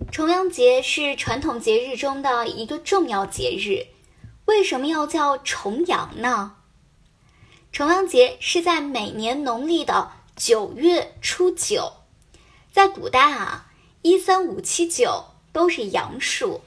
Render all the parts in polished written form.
重阳节是传统节日中的一个重要节日，为什么要叫重阳呢？重阳节是在每年农历的9月初9，在古代13579都是阳数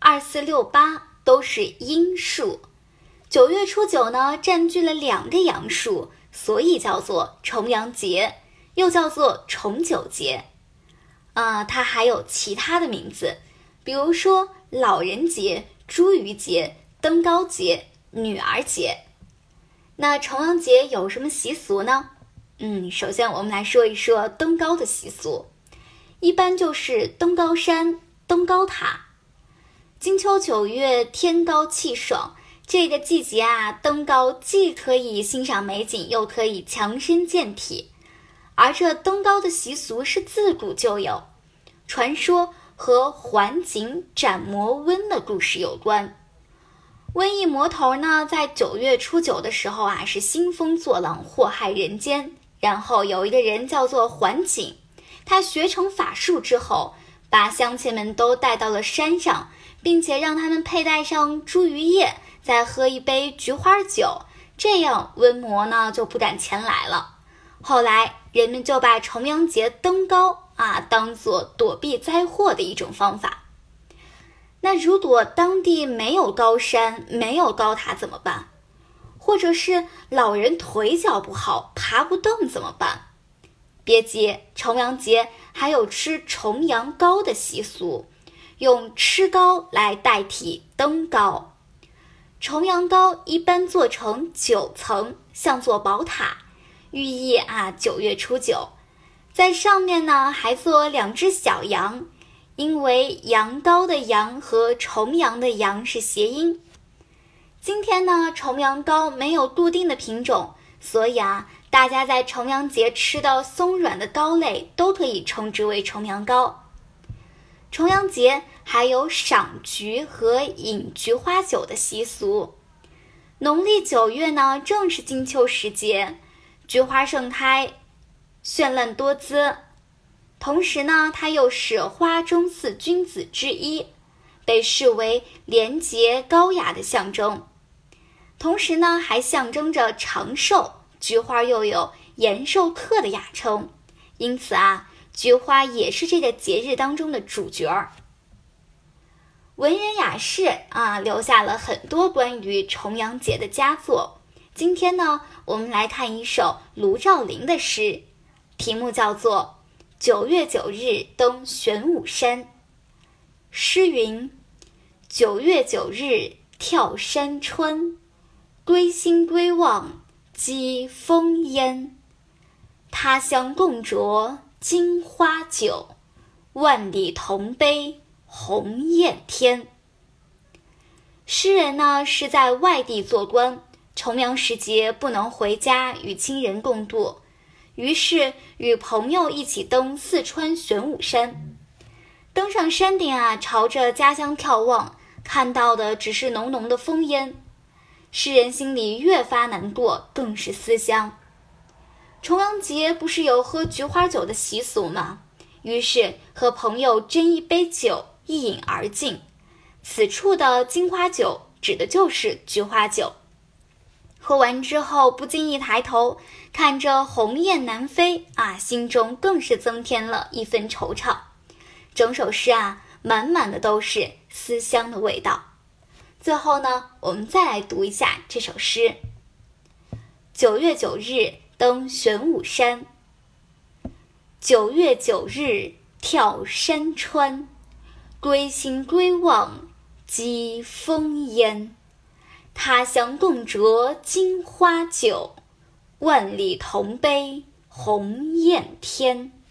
，2468都是阴数。9月初9呢，占据了2个阳数，所以叫做重阳节，又叫做重九节。它还有其他的名字，比如说老人节、茱萸节、登高节、女儿节。那重阳节有什么习俗呢？首先我们来说一说登高的习俗，一般就是登高山、登高塔。金秋9月天高气爽，这个季节登高既可以欣赏美景，又可以强身健体。而这登高的习俗是自古就有，传说和桓景斩魔瘟的故事有关。瘟疫魔头呢，在9月初9的时候是兴风作浪，祸害人间。然后有一个人叫做桓景，他学成法术之后，把乡亲们都带到了山上，并且让他们佩戴上茱萸叶，再喝一杯菊花酒，这样瘟魔呢就不敢前来了。后来人们就把重阳节登高当作躲避灾祸的一种方法。那如果当地没有高山，没有高塔怎么办？或者是老人腿脚不好，爬不动怎么办？别急，重阳节还有吃重阳糕的习俗，用吃糕来代替登高。重阳糕一般做成9层，像座宝塔，寓意9月初9，在上面呢还做2只小羊，因为羊羔的羊和重阳的阳是谐音。今天呢，重阳糕没有固定的品种，所以大家在重阳节吃的松软的糕类都可以称之为重阳糕。重阳节还有赏菊和饮菊花酒的习俗。农历9月呢，正是金秋时节，菊花盛开，绚烂多姿。同时呢，它又是花中4君子之一，被视为廉洁高雅的象征。同时呢，还象征着长寿，菊花又有延寿客的雅称，因此菊花也是这个节日当中的主角。文人雅士留下了很多关于重阳节的佳作。今天呢，我们来看一首卢照邻的诗，题目叫做9月9日登玄武山。诗云：9月9日跳山川，归心归望寄风烟。他乡共酌金花酒，万里同杯鸿雁天。诗人呢是在外地做官，重阳时节不能回家与亲人共度，于是与朋友一起登四川玄武山。登上山顶朝着家乡眺望，看到的只是浓浓的风烟。诗人心里越发难过，更是思乡。重阳节不是有喝菊花酒的习俗吗？于是和朋友斟一杯酒，一饮而尽。此处的金花酒指的就是菊花酒。喝完之后不经意抬头，看着鸿雁南飞心中更是增添了一份惆怅。整首诗满满的都是思乡的味道。最后呢，我们再来读一下这首诗。9月9日登玄武山，9月9日跳山川，归心归望寄风烟。他乡共酌金花酒，万里同杯鸿雁天。